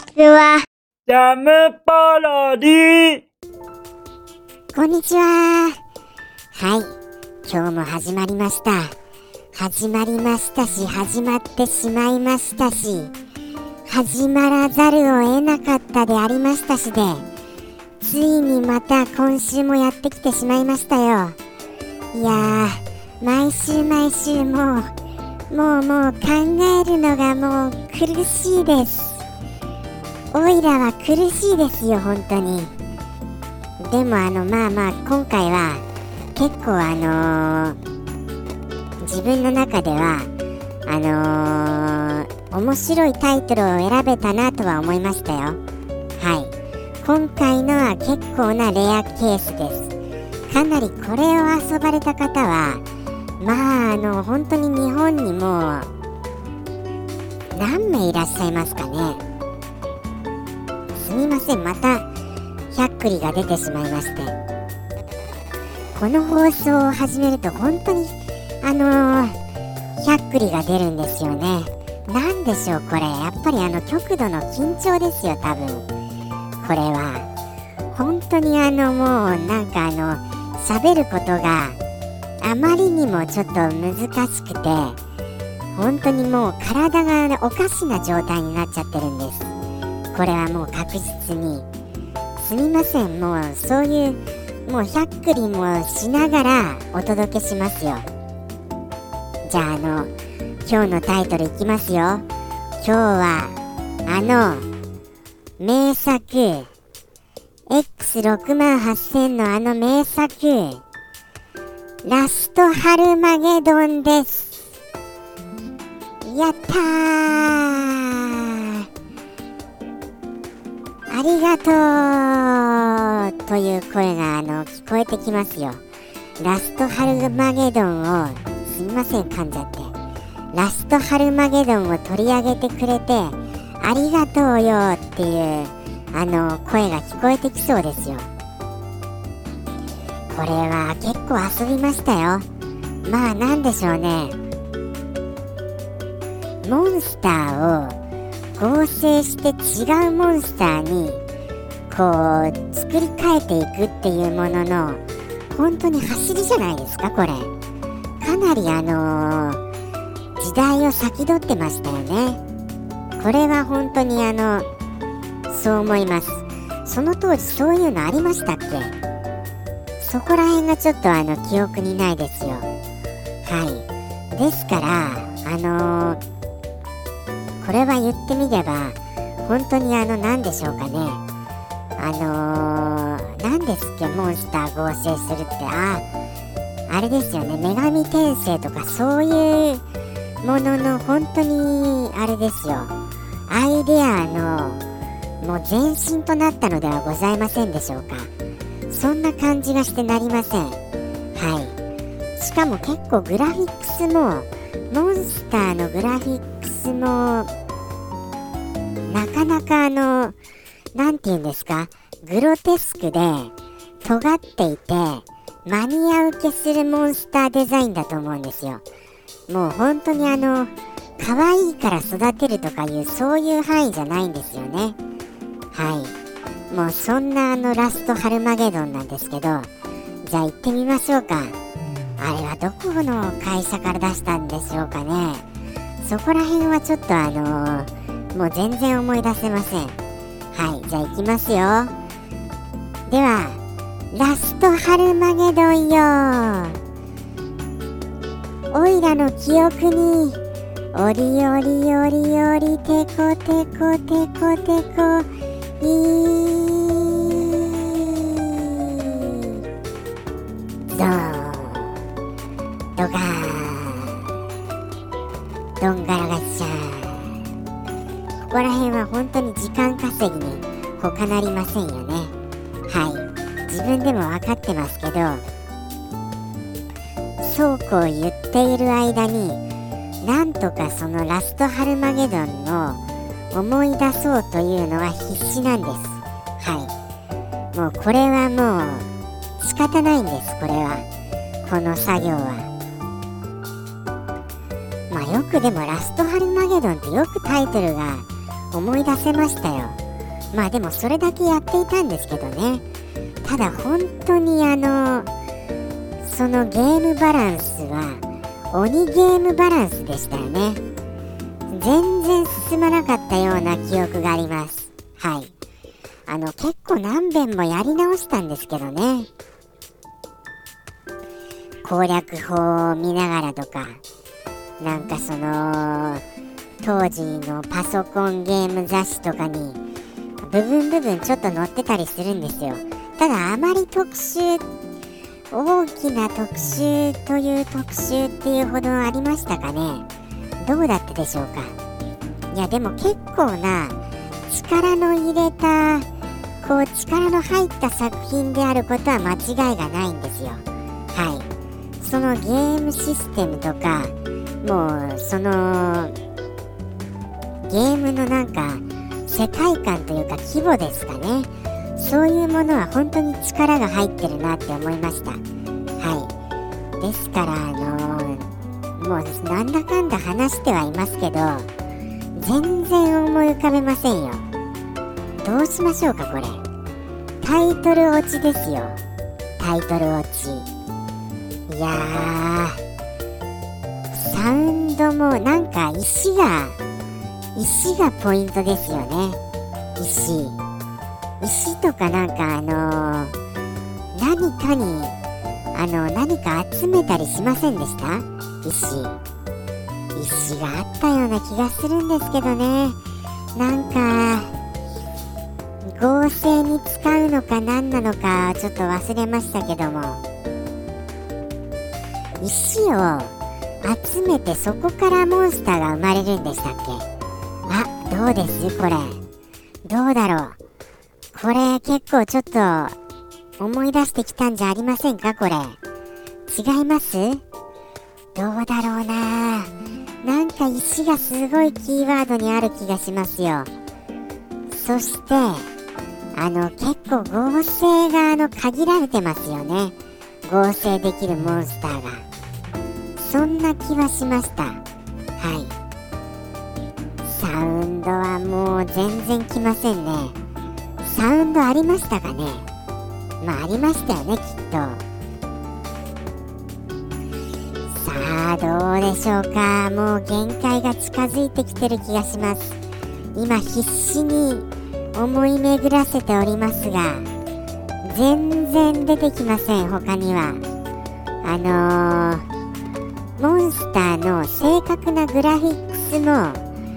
ちは。 ジャムパロディ。 こんにちは。はい、今日も始まりました。始まりましたし、始まってしまいましたし、始まらざるを得なかったでありましたしで、ついにまた今週もやってきてしまいましたよ。いやー、毎週毎週もう考えるのがもう苦しいです。おいらは苦しいですよ、本当に。でも今回は結構自分の中では面白いタイトルを選べたなとは思いましたよ。はい、今回のは結構なレアケースです。かなりこれを遊ばれた方は本当に日本にも何名いらっしゃいますかね。すみません、またしゃっくりが出てしまいまして、この放送を始めると本当にしゃっくりが出るんですよね。なんでしょうこれ、やっぱり極度の緊張ですよ、多分これは。本当に喋ることがあまりにもちょっと難しくて、本当にもう体がおかしな状態になっちゃってるんです。これはもう確実に。すみません、もうそういうしゃっくりもしながらお届けしますよ。じゃあ今日のタイトルいきますよ。今日は名作 X68000 の名作ラストハルマゲドンです。やったー、ありがとうという声が聞こえてきますよ。ラストハルマゲドンを、すみません噛んじゃって、ラストハルマゲドンを取り上げてくれてありがとうよっていう声が聞こえてきそうですよ。これは結構遊びましたよ。なんでしょうね、モンスターを合成して違うモンスターに作り変えていくっていうものの本当に走りじゃないですか。これかなり時代を先取ってましたよね。これは本当にそう思います。その当時そういうのありましたっけ？そこら辺がちょっと記憶にないですよ。はい、ですからこれは言ってみれば本当に何でしょうかね、何ですっけ、モンスター合成するって、あれですよね、女神転生とかそういうものの本当にあれですよ、アイデアのもう前身となったのではございませんでしょうか。そんな感じがしてなりません。はい、しかも結構グラフィックスもモンスターのグラフィックスもなかなかなんていうんですか、グロテスクで尖っていてマニア受けするモンスターデザインだと思うんですよ。もう本当に可愛いから育てるとかいうそういう範囲じゃないんですよね。はい、もうそんなラストハルマゲドンなんですけど、じゃあ行ってみましょうか。あれはどこの会社から出したんでしょうかね。そこら辺はちょっともう全然思い出せません。はい、じゃあ行きますよ。ではラストハルマゲドンよ、おいらの記憶におりおりおりおりてこてこてこてこいゾーンドガードンガラガッシャー。ここら辺は本当に時間稼ぎに他なりませんよね。はい、自分でも分かってますけど、そうこう言っている間になんとかそのラストハルマゲドンの思い出そうというのは必死なんです。はい、もうこれはもう仕方ないんです。これはこの作業はよくでもラストハルマゲドンってよくタイトルが思い出せましたよ。まあでもそれだけやっていたんですけどね。ただ本当にそのゲームバランスは鬼ゲームバランスでしたよね。全然進まなかったような記憶があります。はい。結構何遍もやり直したんですけどね。攻略法を見ながらとか、なんか当時のパソコンゲーム雑誌とかに部分ちょっと載ってたりするんですよ。ただあまり大きな特集という特集っていうほどありましたかね。どうだったでしょうか。いやでも結構な力の入れた力の入った作品であることは間違いがないんですよ。はい。そのゲームシステムとか、もうゲームのなんか世界観というか規模ですかね。そういうものは本当に力が入ってるなって思いました。はい。ですからもうなんだかんだ話してはいますけど、全然思い浮かべませんよ。どうしましょうかこれ。タイトル落ちですよ。タイトル落ち。いやー、サウンドもなんか石がポイントですよね。石とかなんか何か集めたりしませんでした？石があったような気がするんですけどね。なんか合成に使うのか何なのかちょっと忘れましたけども、石を集めてそこからモンスターが生まれるんでしたっけ？あ、どうですこれ。どうだろう。これ結構ちょっと思い出してきたんじゃありませんかこれ。違います？どうだろうな。なんか石がすごいキーワードにある気がしますよ。そして結構合成が限られてますよね。合成できるモンスターが。そんな気はしました。はい。サウンドはもう全然きませんね。サウンドありましたかね。まあありましたよねきっと。さあどうでしょうか。もう限界が近づいてきてる気がします。今必死に思い巡らせておりますが、全然出てきません。他にはモンスターの正確なグラフィックスも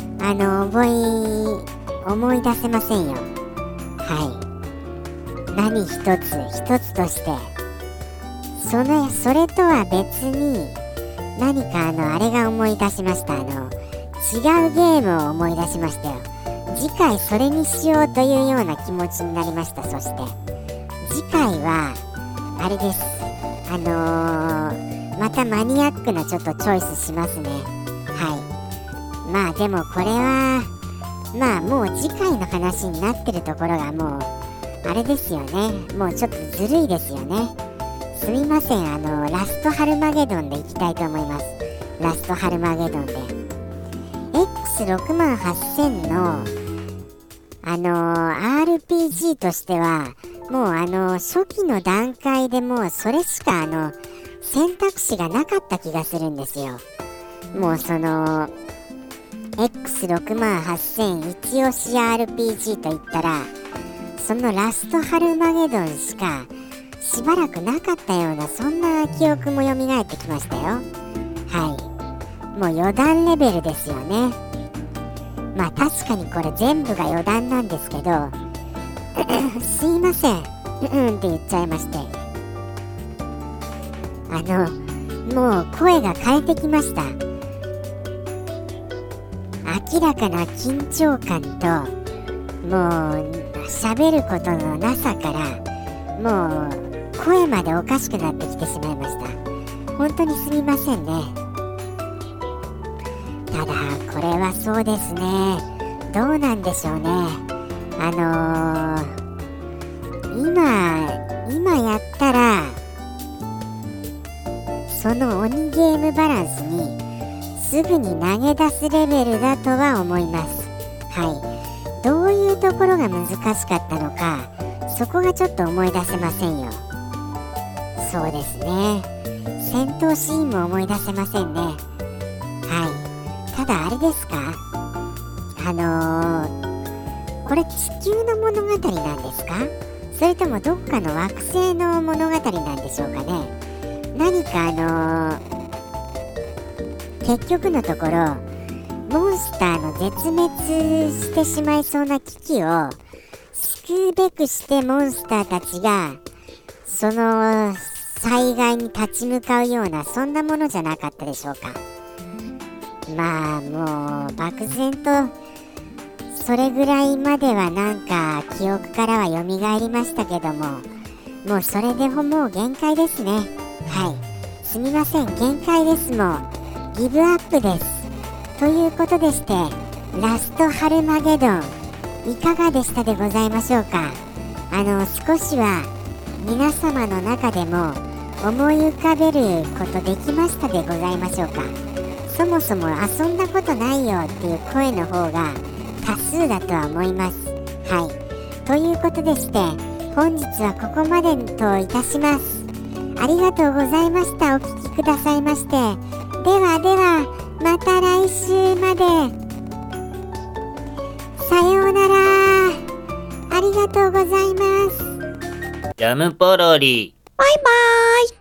思い出せませんよ。はい。何一つとしてそれとは別に何かあれが思い出しました。違うゲームを思い出しましたよ。次回それにしようというような気持ちになりました。そして次回はあれです。またマニアックなちょっとチョイスしますね。はい。まあでもこれはまあもう次回の話になってるところがもうあれですよね。もうちょっとずるいですよね。すみません。ラストハルマゲドンでいきたいと思います。ラストハルマゲドンで X68000 のRPG としてはもう初期の段階でもうそれしか選択肢がなかった気がするんですよ。もうX68000 一押し RPG といったらそのラストハルマゲドンしかしばらくなかったような、そんな記憶も蘇ってきましたよ。はい。もう余談レベルですよね。まあ確かにこれ全部が余談なんですけどすいませんって言っちゃいまして、もう声が変えてきました。明らかな緊張感ともう喋ることのなさからもう声までおかしくなってきてしまいました。本当にすみませんね。ただこれはそうですね、どうなんでしょうね。今やったらその鬼ゲームバランスにすぐに投げ出すレベルだとは思います。はところが難しかったのか、そこがちょっと思い出せませんよ。そうですね、戦闘シーンも思い出せませんね。はい。ただあれですか、これ地球の物語なんですか、それともどっかの惑星の物語なんでしょうかね。何か結局のところモンスターの絶滅してしまいそうな危機を救うべくしてモンスターたちがその災害に立ち向かうような、そんなものじゃなかったでしょうか。まあもう漠然とそれぐらいまではなんか記憶からは蘇りましたけども、もうそれでもう限界ですね。はい、すみません、限界です。もうギブアップです。ということでして、ラストハルマゲドンいかがでしたでございましょうか。少しは皆様の中でも思い浮かべることできましたでございましょうか。そもそも遊んだことないよっていう声の方が多数だとは思います。はい、ということでして本日はここまでといたします。ありがとうございました。お聞きくださいまして、ではではまた来週まで。さようなら。ありがとうございます。 ジャムポロリ。 バイバーイ。